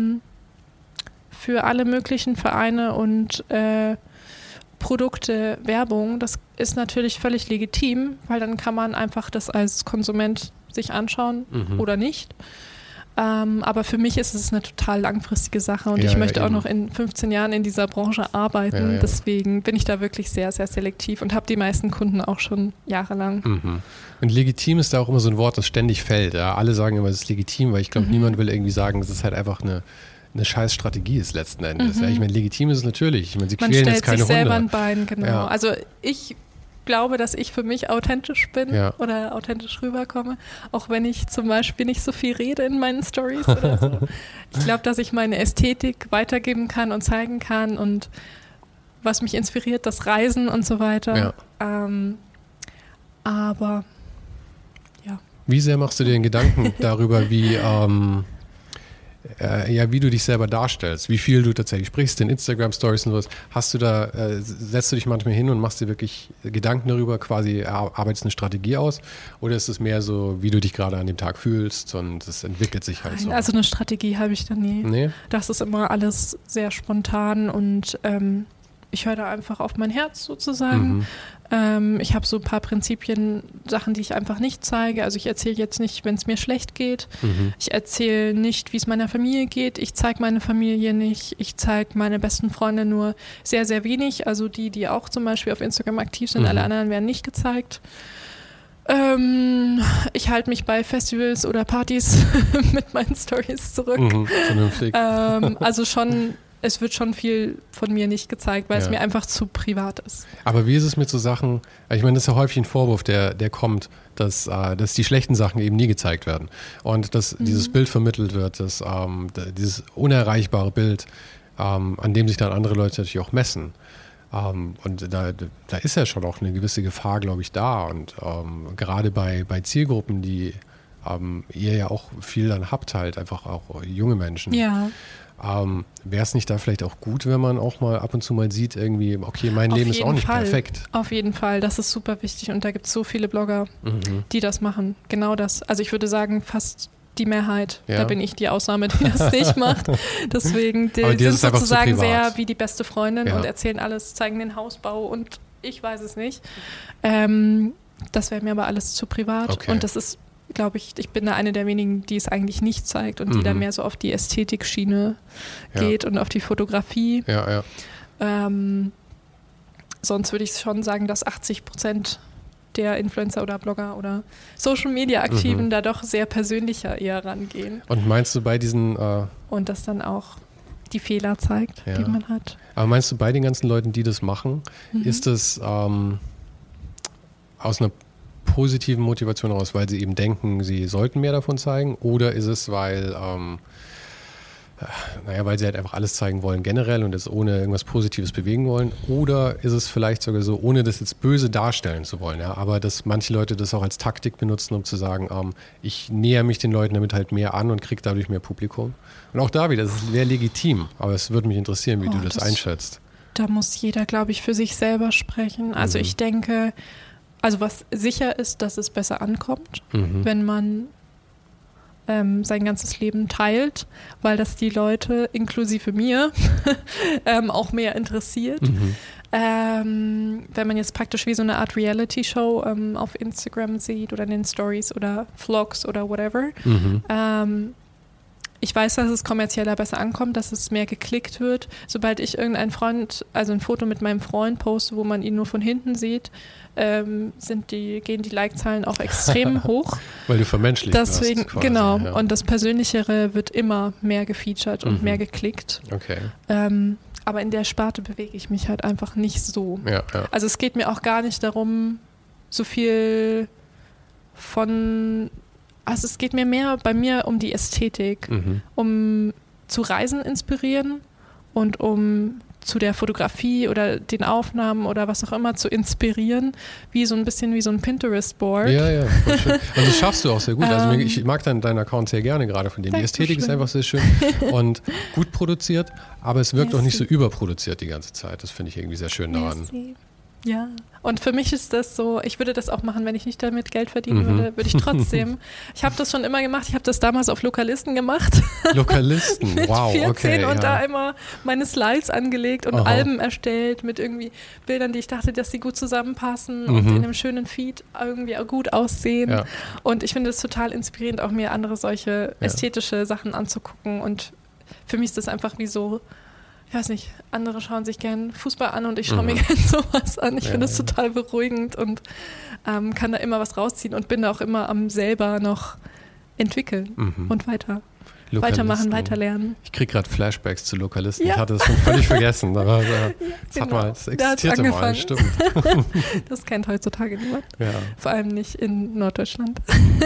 Speaker 2: für alle möglichen Vereine und Produkte Werbung, das ist natürlich völlig legitim, weil dann kann man einfach das als Konsument sich anschauen oder nicht. Aber für mich ist es eine total langfristige Sache und ich möchte auch noch in 15 Jahren in dieser Branche arbeiten. Ja. Deswegen bin ich da wirklich sehr, sehr selektiv und habe die meisten Kunden auch schon jahrelang.
Speaker 1: Und legitim ist da auch immer so ein Wort, das ständig fällt. Ja? Alle sagen immer, es ist legitim, weil ich glaube, niemand will irgendwie sagen, es ist halt einfach eine scheiß Strategie ist letzten Endes. Ja, ich meine, legitim ist es natürlich. Ich meine, sie quälen jetzt keine Hunde. Man stellt sich selber ein
Speaker 2: Bein, genau. Ja. Also ich glaube, dass ich für mich authentisch bin oder authentisch rüberkomme, auch wenn ich zum Beispiel nicht so viel rede in meinen Stories oder so. Ich glaube, dass ich meine Ästhetik weitergeben kann und zeigen kann und was mich inspiriert, das Reisen und so weiter. Ja. Aber ja.
Speaker 1: Wie sehr machst du dir Gedanken darüber, wie du dich selber darstellst, wie viel du tatsächlich sprichst in Instagram-Stories und sowas. Setzt du dich manchmal hin und machst dir wirklich Gedanken darüber, quasi arbeitest eine Strategie aus, oder ist es mehr so, wie du dich gerade an dem Tag fühlst und es entwickelt sich halt so?
Speaker 2: Also eine Strategie habe ich da nie. Nee? Das ist immer alles sehr spontan und ich höre da einfach auf mein Herz sozusagen. Ich habe so ein paar Prinzipien, Sachen, die ich einfach nicht zeige. Also ich erzähle jetzt nicht, wenn es mir schlecht geht. Ich erzähle nicht, wie es meiner Familie geht. Ich zeige meine Familie nicht. Ich zeige meine besten Freunde nur sehr, sehr wenig. Also die auch zum Beispiel auf Instagram aktiv sind. Alle anderen werden nicht gezeigt. Ich halte mich bei Festivals oder Partys mit meinen Storys zurück.
Speaker 1: Vernünftig.
Speaker 2: Also schon... Es wird schon viel von mir nicht gezeigt, weil es mir einfach zu privat ist.
Speaker 1: Aber wie ist es mit so Sachen, ich meine, das ist ja häufig ein Vorwurf, der kommt, dass die schlechten Sachen eben nie gezeigt werden. Und dass dieses Bild vermittelt wird, dieses unerreichbare Bild, an dem sich dann andere Leute natürlich auch messen. Und da ist ja schon auch eine gewisse Gefahr, glaube ich, da. Und gerade bei Zielgruppen, die ihr ja auch viel dann habt, halt einfach auch junge Menschen.
Speaker 2: Ja.
Speaker 1: Wäre es nicht da vielleicht auch gut, wenn man auch mal ab und zu mal sieht, irgendwie, okay, mein Leben ist auch nicht perfekt.
Speaker 2: Auf jeden Fall, das ist super wichtig und da gibt es so viele Blogger, die das machen. Genau das. Also ich würde sagen, fast die Mehrheit. Ja. Da bin ich die Ausnahme, die das nicht macht. Deswegen, die sind sozusagen sehr wie die beste Freundin und erzählen alles, zeigen den Hausbau und ich weiß es nicht. Das wäre mir aber alles zu privat. Okay. Und das ist, glaube ich bin da eine der wenigen, die es eigentlich nicht zeigt und die da mehr so auf die Ästhetikschiene geht und auf die Fotografie.
Speaker 1: Ja.
Speaker 2: Sonst würde ich schon sagen, dass 80% der Influencer oder Blogger oder Social-Media-Aktiven da doch sehr persönlicher eher rangehen.
Speaker 1: Und meinst du bei diesen...
Speaker 2: und das dann auch die Fehler zeigt, die man hat.
Speaker 1: Aber meinst du bei den ganzen Leuten, die das machen, ist das aus einer positiven Motivation aus, weil sie eben denken, sie sollten mehr davon zeigen, oder ist es, weil sie halt einfach alles zeigen wollen generell und es ohne irgendwas Positives bewegen wollen, oder ist es vielleicht sogar so, ohne das jetzt böse darstellen zu wollen, aber dass manche Leute das auch als Taktik benutzen, um zu sagen, ich näher mich den Leuten damit halt mehr an und kriege dadurch mehr Publikum. Und auch da wieder, das ist sehr legitim, aber es würde mich interessieren, wie du das einschätzt.
Speaker 2: Da muss jeder, glaube ich, für sich selber sprechen. Also ich denke, was sicher ist, dass es besser ankommt, wenn man sein ganzes Leben teilt, weil das die Leute, inklusive mir, auch mehr interessiert. Wenn man jetzt praktisch wie so eine Art Reality-Show auf Instagram sieht oder in den Stories oder Vlogs oder whatever, ich weiß, dass es kommerzieller besser ankommt, dass es mehr geklickt wird. Sobald ich ein Foto mit meinem Freund poste, wo man ihn nur von hinten sieht, gehen die Like-Zahlen auch extrem hoch.
Speaker 1: Weil du vermenschlicht hast.
Speaker 2: Deswegen,
Speaker 1: quasi,
Speaker 2: genau.
Speaker 1: Ja.
Speaker 2: Und das Persönlichere wird immer mehr gefeatured und mehr geklickt.
Speaker 1: Okay.
Speaker 2: Aber in der Sparte bewege ich mich halt einfach nicht so.
Speaker 1: Ja.
Speaker 2: Also es geht mir auch gar nicht darum, so viel also es geht mir mehr bei mir um die Ästhetik, um zu Reisen inspirieren und um zu der Fotografie oder den Aufnahmen oder was auch immer zu inspirieren, so ein bisschen wie so ein Pinterest-Board.
Speaker 1: Ja, voll schön. Und das schaffst du auch sehr gut. Also ich mag deinen Account sehr gerne gerade von dem. Die Ästhetik ist einfach sehr schön und gut produziert, aber es wirkt auch nicht so überproduziert die ganze Zeit. Das finde ich irgendwie sehr schön daran.
Speaker 2: Ja, und für mich ist das so, ich würde das auch machen, wenn ich nicht damit Geld verdienen würde ich trotzdem. Ich habe das schon immer gemacht, ich habe das damals auf Lokalisten gemacht.
Speaker 1: Lokalisten, wow,
Speaker 2: 14
Speaker 1: okay.
Speaker 2: Und da immer meine Slides angelegt und Alben erstellt mit irgendwie Bildern, die ich dachte, dass sie gut zusammenpassen und in einem schönen Feed irgendwie auch gut aussehen. Ja. Und ich finde es total inspirierend, auch mir andere solche ästhetische Sachen anzugucken. Und für mich ist das einfach wie so, ich weiß nicht, andere schauen sich gern Fußball an und ich schaue mir gern sowas an. Ich finde das total beruhigend und kann da immer was rausziehen und bin da auch immer am selber noch entwickeln und weitermachen, weiterlernen.
Speaker 1: Ich kriege gerade Flashbacks zu Lokalisten. Ja. Ich hatte das schon völlig vergessen. Aber das existierte mal, stimmt.
Speaker 2: Das kennt heutzutage niemand. Ja. Vor allem nicht in Norddeutschland.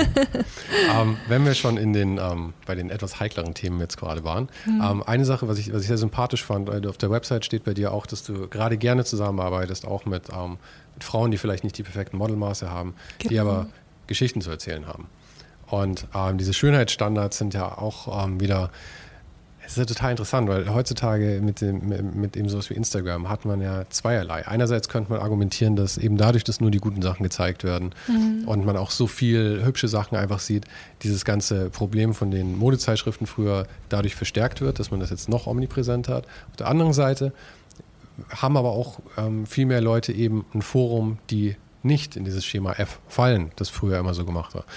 Speaker 1: Wenn wir schon bei den etwas heikleren Themen jetzt gerade waren, eine Sache, was ich sehr sympathisch fand, auf der Website steht bei dir auch, dass du gerade gerne zusammenarbeitest, auch mit Frauen, die vielleicht nicht die perfekten Modelmaße haben, die aber Geschichten zu erzählen haben. Und diese Schönheitsstandards sind ja auch wieder, es ist ja total interessant, weil heutzutage mit eben sowas wie Instagram hat man ja zweierlei. Einerseits könnte man argumentieren, dass eben dadurch, dass nur die guten Sachen gezeigt werden und man auch so viel hübsche Sachen einfach sieht, dieses ganze Problem von den Modezeitschriften früher dadurch verstärkt wird, dass man das jetzt noch omnipräsent hat. Auf der anderen Seite haben aber auch viel mehr Leute eben ein Forum, die nicht in dieses Schema F fallen, das früher immer so gemacht war.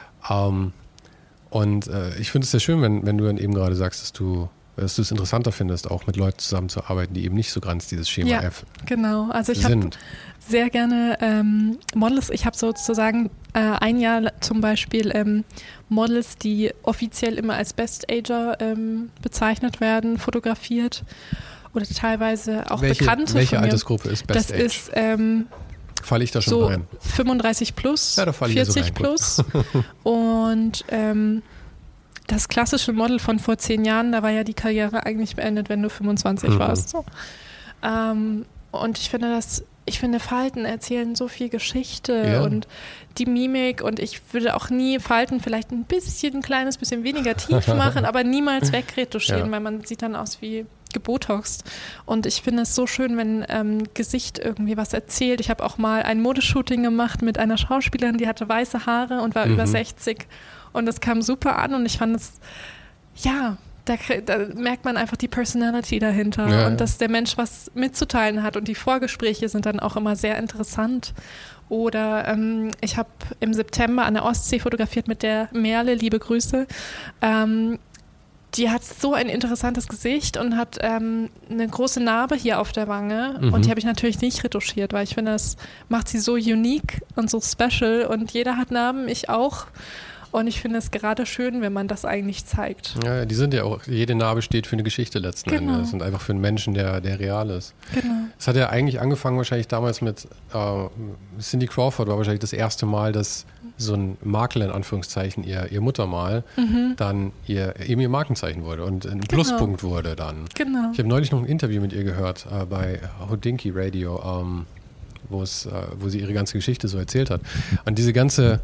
Speaker 1: Und ich finde es sehr schön, wenn du dann eben gerade sagst, dass du es interessanter findest, auch mit Leuten zusammenzuarbeiten, die eben nicht so ganz dieses Schema F sind.
Speaker 2: Genau. Also ich habe sehr gerne Models. Ich habe sozusagen ein Jahr zum Beispiel Models, die offiziell immer als Best Ager bezeichnet werden, fotografiert oder teilweise auch Bekannte.
Speaker 1: Welche Altersgruppe ist Best Age?
Speaker 2: Das ist
Speaker 1: falle ich da schon
Speaker 2: so
Speaker 1: rein?
Speaker 2: 35 plus,
Speaker 1: ja, da
Speaker 2: 40 so plus. Und das klassische Model von vor 10 Jahren, da war ja die Karriere eigentlich beendet, wenn du 25 warst. So. Und ich finde Falten erzählen so viel Geschichte und die Mimik, und ich würde auch nie Falten vielleicht ein kleines bisschen weniger tief machen, aber niemals wegretuschieren, weil man sieht dann aus wie gebotoxt. Und ich finde es so schön, wenn Gesicht irgendwie was erzählt. Ich habe auch mal ein Modeshooting gemacht mit einer Schauspielerin, die hatte weiße Haare und war über 60. Und das kam super an und ich fand es, da merkt man einfach die Personality dahinter und dass der Mensch was mitzuteilen hat, und die Vorgespräche sind dann auch immer sehr interessant. Oder ich habe im September an der Ostsee fotografiert mit der Merle, liebe Grüße. Die hat so ein interessantes Gesicht und hat eine große Narbe hier auf der Wange. Und die habe ich natürlich nicht retuschiert, weil ich finde, das macht sie so unique und so special. Und jeder hat Narben, ich auch. Und ich finde es gerade schön, wenn man das eigentlich zeigt. Ja,
Speaker 1: die sind ja auch, jede Narbe steht für eine Geschichte letzten Endes und einfach für einen Menschen, der real ist. Genau. Es hat ja eigentlich angefangen wahrscheinlich damals mit Cindy Crawford, war wahrscheinlich das erste Mal, dass so ein Makel in Anführungszeichen, ihr Muttermal, dann ihr Markenzeichen wurde und ein Pluspunkt wurde dann. Genau. Ich habe neulich noch ein Interview mit ihr gehört bei Hodinkee Radio, wo sie ihre ganze Geschichte so erzählt hat. Und diese ganze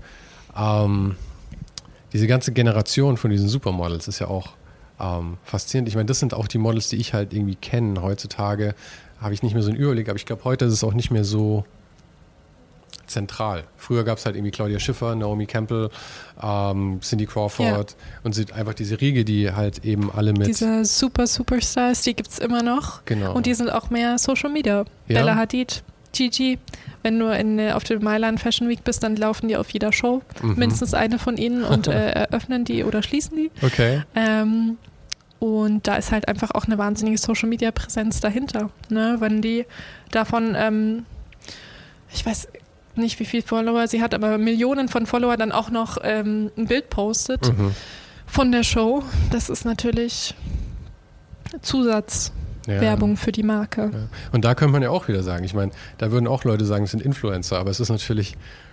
Speaker 1: Generation von diesen Supermodels ist ja auch faszinierend. Ich meine, das sind auch die Models, die ich halt irgendwie kenne. Heutzutage habe ich nicht mehr so einen Überblick, aber ich glaube, heute ist es auch nicht mehr so zentral. Früher gab es halt irgendwie Claudia Schiffer, Naomi Campbell, Cindy Crawford und einfach diese Riege, die halt eben alle mit...
Speaker 2: Diese Superstars, die gibt es immer noch.
Speaker 1: Genau.
Speaker 2: Und die sind auch mehr Social Media. Ja. Bella Hadid Gigi. Wenn du auf der Mailand Fashion Week bist, dann laufen die auf jeder Show. Mindestens eine von ihnen und eröffnen die oder schließen die.
Speaker 1: Okay.
Speaker 2: Und da ist halt einfach auch eine wahnsinnige Social-Media-Präsenz dahinter. Ne? Wenn die davon, ich weiß nicht, wie viele Follower sie hat, aber Millionen von Follower dann auch noch ein Bild postet von der Show. Das ist natürlich Zusatzwerbung für die Marke.
Speaker 1: Ja. Und da könnte man ja auch wieder sagen, ich meine, da würden auch Leute sagen, es sind Influencer, aber es ist natürlich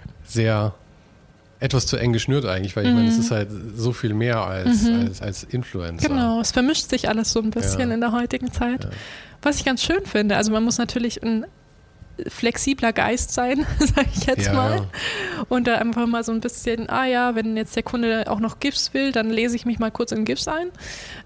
Speaker 1: etwas zu eng geschnürt eigentlich, weil ich meine, es ist halt so viel mehr als Influencer.
Speaker 2: Genau, es vermischt sich alles so ein bisschen in der heutigen Zeit. Ja. Was ich ganz schön finde, also man muss natürlich ein flexibler Geist sein, sage ich jetzt mal. Ja. Und da einfach mal so ein bisschen, wenn jetzt der Kunde auch noch GIFs will, dann lese ich mich mal kurz in GIFs ein.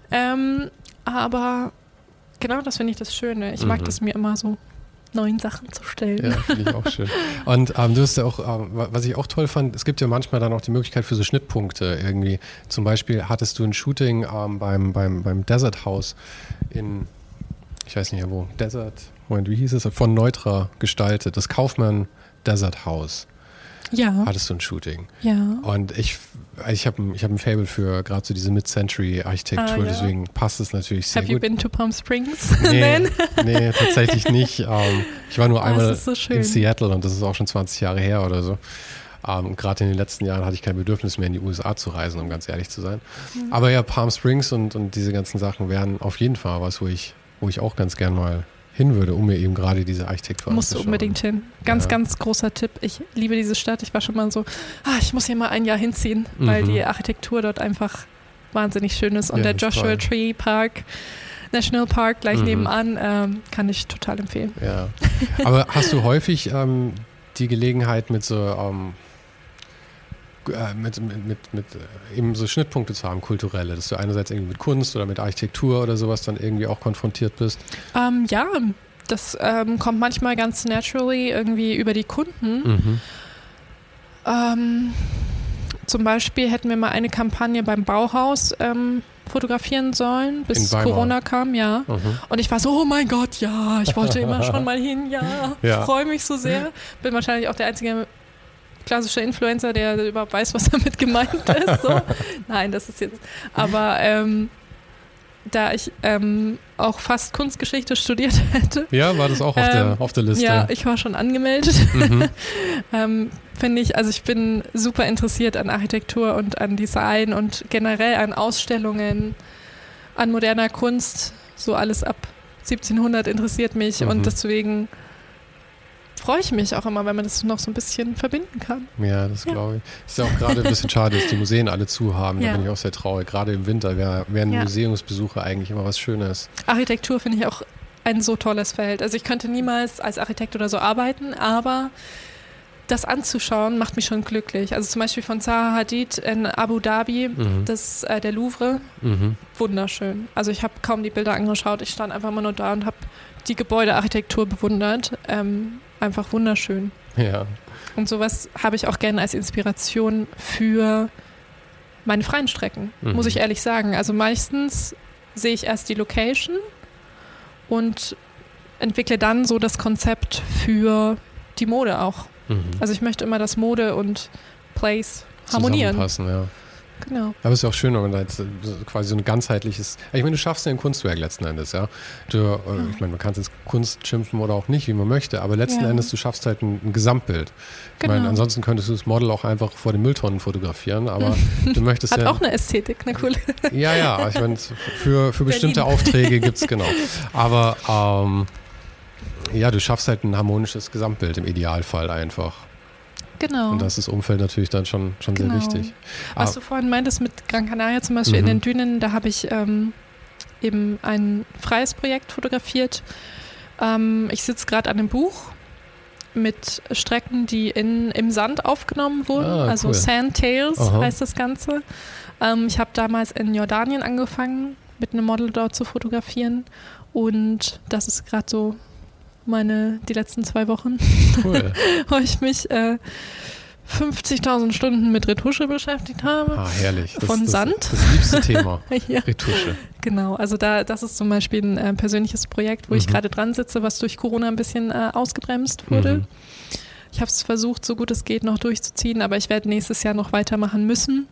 Speaker 2: Aber genau das finde ich das Schöne. Ich mag das mir immer so neuen Sachen zu stellen.
Speaker 1: Ja, finde ich auch schön. Und du hast ja auch, was ich auch toll fand, es gibt ja manchmal dann auch die Möglichkeit für so Schnittpunkte irgendwie. Zum Beispiel hattest du ein Shooting beim Desert House ich weiß nicht mehr wo, wie hieß es? Von Neutra gestaltet, das Kaufmann Desert House.
Speaker 2: Ja.
Speaker 1: Hattest du ein Shooting.
Speaker 2: Ja.
Speaker 1: Und ich habe ein Faible für gerade so diese Mid-Century-Architektur, deswegen passt es natürlich sehr gut.
Speaker 2: Have you been to Palm Springs?
Speaker 1: Nee, tatsächlich nicht. Ich war nur einmal
Speaker 2: so
Speaker 1: in Seattle und das ist auch schon 20 Jahre her oder so. Gerade in den letzten Jahren hatte ich kein Bedürfnis mehr in die USA zu reisen, um ganz ehrlich zu sein. Aber ja, Palm Springs und diese ganzen Sachen wären auf jeden Fall was, wo ich auch ganz gern mal hin würde, um mir eben gerade diese Architektur
Speaker 2: musst du unbedingt hin. Ganz großer Tipp. Ich liebe diese Stadt. Ich war schon mal so, ich muss hier mal ein Jahr hinziehen, weil die Architektur dort einfach wahnsinnig schön ist. Und der Joshua Tree Park, National Park gleich nebenan, kann ich total empfehlen.
Speaker 1: Ja. Aber hast du häufig die Gelegenheit mit so eben so Schnittpunkte zu haben, kulturelle, dass du einerseits irgendwie mit Kunst oder mit Architektur oder sowas dann irgendwie auch konfrontiert bist?
Speaker 2: Ja, das kommt manchmal ganz naturally irgendwie über die Kunden. Zum Beispiel hätten wir mal eine Kampagne beim Bauhaus fotografieren sollen, bis Corona kam, ja. Und ich war so, oh mein Gott, ja, ich wollte immer schon mal hin, ich freue mich so sehr. Bin wahrscheinlich auch der einzige klassische Influencer, der überhaupt weiß, was damit gemeint ist. So. Nein, das ist jetzt. Aber da ich auch fast Kunstgeschichte studiert hätte.
Speaker 1: Ja, war das auch auf der Liste?
Speaker 2: Ja, ich war schon angemeldet. Finde ich, also ich bin super interessiert an Architektur und an Design und generell an Ausstellungen, an moderner Kunst. So alles ab 1700 interessiert mich und deswegen freue ich mich auch immer, wenn man das noch so ein bisschen verbinden kann.
Speaker 1: Ja, das glaube ich. Ist ja auch gerade ein bisschen schade, dass die Museen alle zu haben. Da bin ich auch sehr traurig. Gerade im Winter wären Museumsbesuche eigentlich immer was Schönes.
Speaker 2: Architektur finde ich auch ein so tolles Feld. Also ich könnte niemals als Architekt oder so arbeiten, aber das anzuschauen macht mich schon glücklich. Also zum Beispiel von Zaha Hadid in Abu Dhabi, der Louvre, wunderschön. Also ich habe kaum die Bilder angeschaut. Ich stand einfach immer nur da und habe die Gebäudearchitektur bewundert. Einfach wunderschön.
Speaker 1: Ja.
Speaker 2: Und sowas habe ich auch gerne als Inspiration für meine freien Strecken, muss ich ehrlich sagen. Also meistens sehe ich erst die Location und entwickle dann so das Konzept für die Mode auch. Also ich möchte immer, dass Mode und Place harmonieren.
Speaker 1: Zusammenpassen, ja.
Speaker 2: Genau.
Speaker 1: Aber es ist ja auch schön, wenn man da jetzt quasi so ein ganzheitliches, ich meine, du schaffst ja ein Kunstwerk letzten Endes, ja. Ich meine, man kann es jetzt Kunst schimpfen oder auch nicht, wie man möchte, aber letzten Endes, du schaffst halt ein Gesamtbild.
Speaker 2: Genau.
Speaker 1: Ich meine, ansonsten könntest du das Model auch einfach vor den Mülltonnen fotografieren, aber du möchtest
Speaker 2: Hat auch eine Ästhetik, eine coole.
Speaker 1: Ja, ich meine, für bestimmte Aufträge gibt es, genau. Aber du schaffst halt ein harmonisches Gesamtbild im Idealfall einfach.
Speaker 2: Genau.
Speaker 1: Und das ist das Umfeld natürlich dann schon sehr wichtig.
Speaker 2: Was du vorhin meintest mit Gran Canaria zum Beispiel in den Dünen, da habe ich eben ein freies Projekt fotografiert. Ich sitze gerade an einem Buch mit Strecken, die im Sand aufgenommen wurden. Also cool. Sand Tales heißt das Ganze. Ich habe damals in Jordanien angefangen, mit einem Model dort zu fotografieren. Und das ist gerade so die letzten 2 Wochen,
Speaker 1: cool.
Speaker 2: wo ich mich 50.000 Stunden mit Retusche beschäftigt habe.
Speaker 1: Ah, herrlich.
Speaker 2: Von Sand.
Speaker 1: Das liebste Thema,
Speaker 2: Ja.
Speaker 1: Retusche.
Speaker 2: Genau, also das ist zum Beispiel ein persönliches Projekt, wo ich gerade dran sitze, was durch Corona ein bisschen ausgebremst wurde. Ich habe es versucht, so gut es geht, noch durchzuziehen, aber ich werde nächstes Jahr noch weitermachen müssen.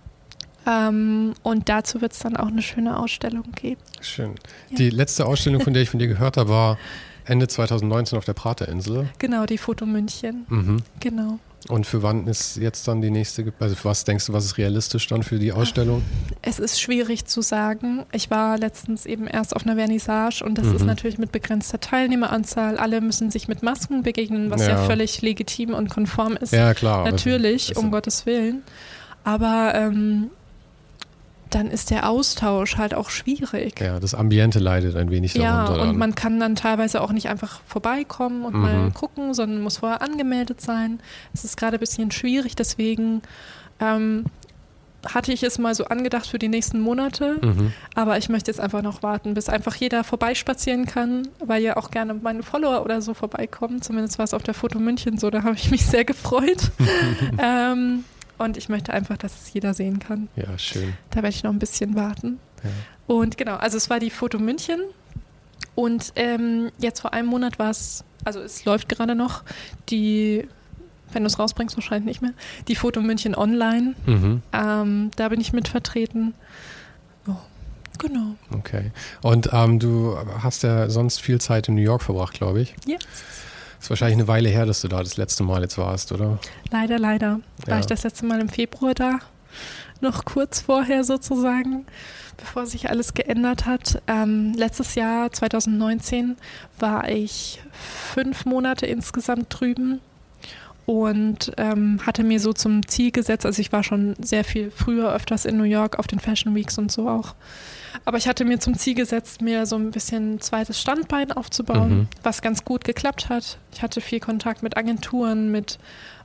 Speaker 2: Und dazu wird es dann auch eine schöne Ausstellung geben.
Speaker 1: Schön.
Speaker 2: Ja.
Speaker 1: Die letzte Ausstellung, von der ich von dir gehört habe, war Ende 2019 auf der Praterinsel.
Speaker 2: Genau, die Foto München. Genau.
Speaker 1: Und für wann ist jetzt dann die nächste, also was denkst du, was ist realistisch dann für die Ausstellung?
Speaker 2: Es ist schwierig zu sagen. Ich war letztens eben erst auf einer Vernissage und das ist natürlich mit begrenzter Teilnehmeranzahl. Alle müssen sich mit Masken begegnen, was ja völlig legitim und konform ist.
Speaker 1: Ja, klar.
Speaker 2: Natürlich, um Gottes Willen. Aber dann ist der Austausch halt auch schwierig.
Speaker 1: Ja, das Ambiente leidet ein wenig darunter.
Speaker 2: Ja, und man kann dann teilweise auch nicht einfach vorbeikommen und mal gucken, sondern muss vorher angemeldet sein. Es ist gerade ein bisschen schwierig, deswegen hatte ich es mal so angedacht für die nächsten Monate, aber ich möchte jetzt einfach noch warten, bis einfach jeder vorbeispazieren kann, weil ja auch gerne meine Follower oder so vorbeikommen. Zumindest war es auf der Foto München so, da habe ich mich sehr gefreut. Und ich möchte einfach, dass es jeder sehen kann.
Speaker 1: Ja, schön.
Speaker 2: Da werde ich noch ein bisschen warten.
Speaker 1: Ja.
Speaker 2: Und genau, also es war die Foto München und jetzt vor einem Monat war es, also es läuft gerade noch, wenn du es rausbringst, wahrscheinlich nicht mehr, die Foto München online. Da bin ich mit vertreten. Oh, genau.
Speaker 1: Okay. Und du hast ja sonst viel Zeit in New York verbracht, glaube ich.
Speaker 2: Ja.
Speaker 1: Ist wahrscheinlich eine Weile her, dass du da das letzte Mal jetzt warst, oder?
Speaker 2: Leider. War ich das letzte Mal im Februar da. Noch kurz vorher sozusagen, bevor sich alles geändert hat. Letztes Jahr, 2019, war ich 5 Monate insgesamt drüben und hatte mir so zum Ziel gesetzt, also ich war schon sehr viel früher öfters in New York auf den Fashion Weeks und so auch. Aber ich hatte mir zum Ziel gesetzt, mir so ein bisschen ein zweites Standbein aufzubauen, was ganz gut geklappt hat. Ich hatte viel Kontakt mit Agenturen, mit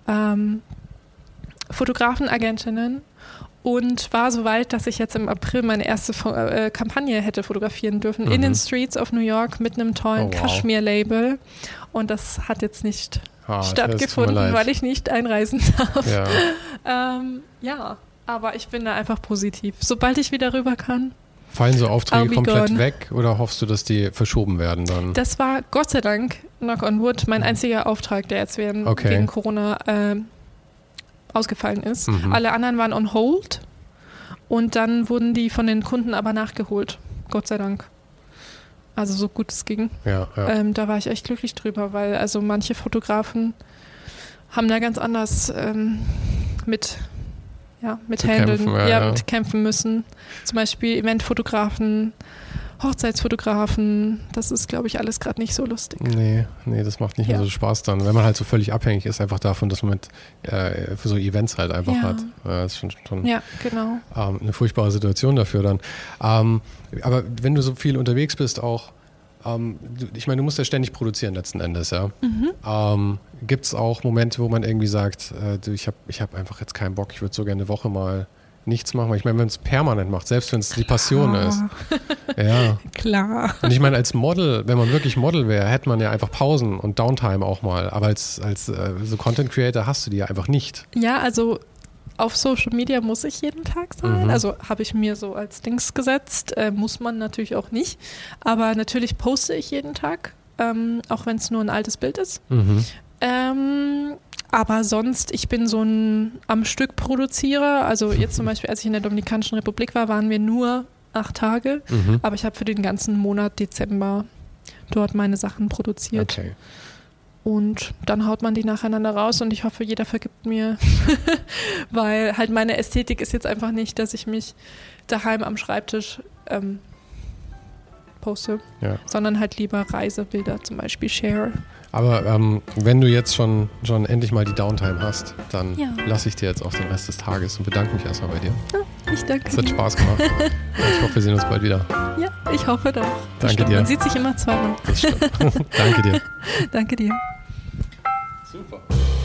Speaker 2: Fotografenagentinnen und war so weit, dass ich jetzt im April meine erste Kampagne hätte fotografieren dürfen in den Streets of New York mit einem tollen Kaschmir-Label. Und das hat jetzt nicht stattgefunden, weil ich nicht einreisen darf. Ja, aber ich bin da einfach positiv. Sobald ich wieder rüber kann.
Speaker 1: Fallen so Aufträge komplett weg oder hoffst du, dass die verschoben werden dann?
Speaker 2: Das war Gott sei Dank, knock on wood, mein einziger Auftrag, der jetzt wegen Corona ausgefallen ist. Alle anderen waren on hold und dann wurden die von den Kunden aber nachgeholt. Gott sei Dank. Also so gut es ging.
Speaker 1: Ja.
Speaker 2: Da war ich echt glücklich drüber, weil also manche Fotografen haben da ganz anders mit kämpfen müssen. Zum Beispiel Eventfotografen, Hochzeitsfotografen, das ist, glaube ich, alles gerade nicht so lustig. Nee,
Speaker 1: das macht nicht mehr so Spaß dann, wenn man halt so völlig abhängig ist einfach davon, dass man für so Events halt einfach hat. Das ist schon
Speaker 2: genau.
Speaker 1: Eine furchtbare Situation dafür dann. Aber wenn du so viel unterwegs bist auch, ich meine, du musst ja ständig produzieren letzten Endes, ja. Gibt es auch Momente, wo man irgendwie sagt, ich hab einfach jetzt keinen Bock, ich würde so gerne eine Woche mal nichts machen, weil ich meine, wenn es permanent macht, selbst wenn es die Passion ist. Ja.
Speaker 2: Klar.
Speaker 1: Und ich meine, als Model, wenn man wirklich Model wäre, hätte man ja einfach Pausen und Downtime auch mal. Aber als so Content Creator hast du die ja einfach nicht.
Speaker 2: Ja, also auf Social Media muss ich jeden Tag sein. Also habe ich mir so als Dings gesetzt. Muss man natürlich auch nicht. Aber natürlich poste ich jeden Tag, auch wenn es nur ein altes Bild ist. Aber sonst, ich bin so ein am Stück Produzierer. Also jetzt zum Beispiel, als ich in der Dominikanischen Republik war, waren wir nur 8 Tage. Aber ich habe für den ganzen Monat Dezember dort meine Sachen produziert.
Speaker 1: Okay.
Speaker 2: Und dann haut man die nacheinander raus und ich hoffe, jeder vergibt mir, weil halt meine Ästhetik ist jetzt einfach nicht, dass ich mich daheim am Schreibtisch poste, sondern halt lieber Reisebilder zum Beispiel share.
Speaker 1: Aber wenn du jetzt schon endlich mal die Downtime hast, dann lasse ich dir jetzt auch den Rest des Tages und bedanke mich erstmal bei dir.
Speaker 2: Ja, ich danke dir.
Speaker 1: Es hat Spaß gemacht. Ich hoffe, wir sehen uns bald wieder.
Speaker 2: Ja, ich hoffe doch.
Speaker 1: Danke dir.
Speaker 2: Man sieht sich immer zweimal.
Speaker 1: Das stimmt. Danke dir.
Speaker 2: Danke dir.
Speaker 1: Super.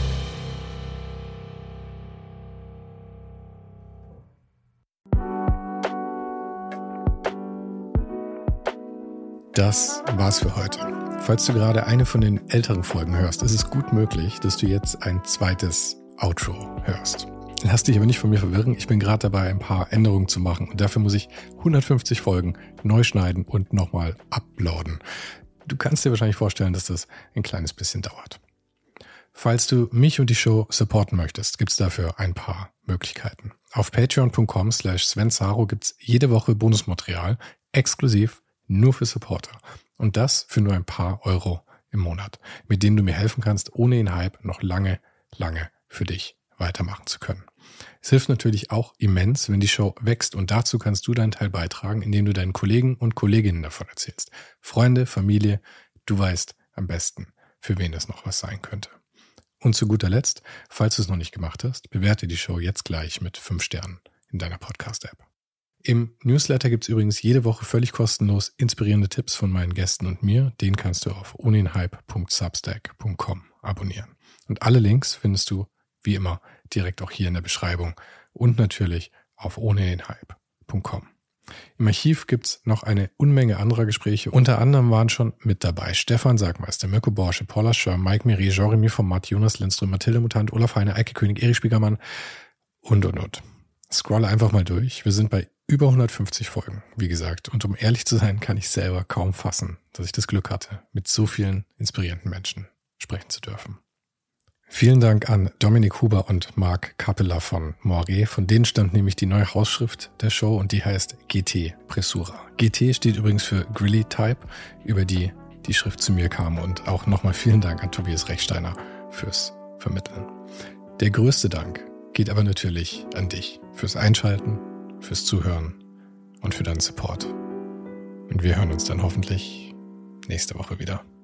Speaker 1: Das war's für heute. Falls du gerade eine von den älteren Folgen hörst, ist es gut möglich, dass du jetzt ein zweites Outro hörst. Lass dich aber nicht von mir verwirren, ich bin gerade dabei, ein paar Änderungen zu machen und dafür muss ich 150 Folgen neu schneiden und nochmal uploaden. Du kannst dir wahrscheinlich vorstellen, dass das ein kleines bisschen dauert. Falls du mich und die Show supporten möchtest, gibt es dafür ein paar Möglichkeiten. Auf patreon.com/Sven Szaro gibt es jede Woche Bonusmaterial, exklusiv nur für Supporter. Und das für nur ein paar Euro im Monat, mit denen du mir helfen kannst, ohne den Hype noch lange für dich weitermachen zu können. Es hilft natürlich auch immens, wenn die Show wächst und dazu kannst du deinen Teil beitragen, indem du deinen Kollegen und Kolleginnen davon erzählst. Freunde, Familie, du weißt am besten, für wen das noch was sein könnte. Und zu guter Letzt, falls du es noch nicht gemacht hast, bewerte die Show jetzt gleich mit 5 Sternen in deiner Podcast-App. Im Newsletter gibt es übrigens jede Woche völlig kostenlos inspirierende Tipps von meinen Gästen und mir. Den kannst du auf ohnenhype.substack.com abonnieren. Und alle Links findest du, wie immer, direkt auch hier in der Beschreibung und natürlich auf ohnenhype.com. Im Archiv gibt's noch eine Unmenge anderer Gespräche. Unter anderem waren schon mit dabei Stefan Sagmeister, Mirko Borsche, Paula Schör, Mike Miri, Jeremy Format, Jonas Lindström, Mathilde Mutant, Olaf Heine, Eike König, Erich Spiegermann und. Scrolle einfach mal durch. Wir sind bei über 150 Folgen, wie gesagt. Und um ehrlich zu sein, kann ich selber kaum fassen, dass ich das Glück hatte, mit so vielen inspirierenden Menschen sprechen zu dürfen. Vielen Dank an Dominik Huber und Marc Capella von Moiré. Von denen stammt nämlich die neue Hausschrift der Show und die heißt GT Pressura. GT steht übrigens für Grilly Type, über die Schrift zu mir kam. Und auch nochmal vielen Dank an Tobias Rechsteiner fürs Vermitteln. Der größte Dank geht aber natürlich an dich fürs Einschalten, fürs Zuhören und für deinen Support. Und wir hören uns dann hoffentlich nächste Woche wieder.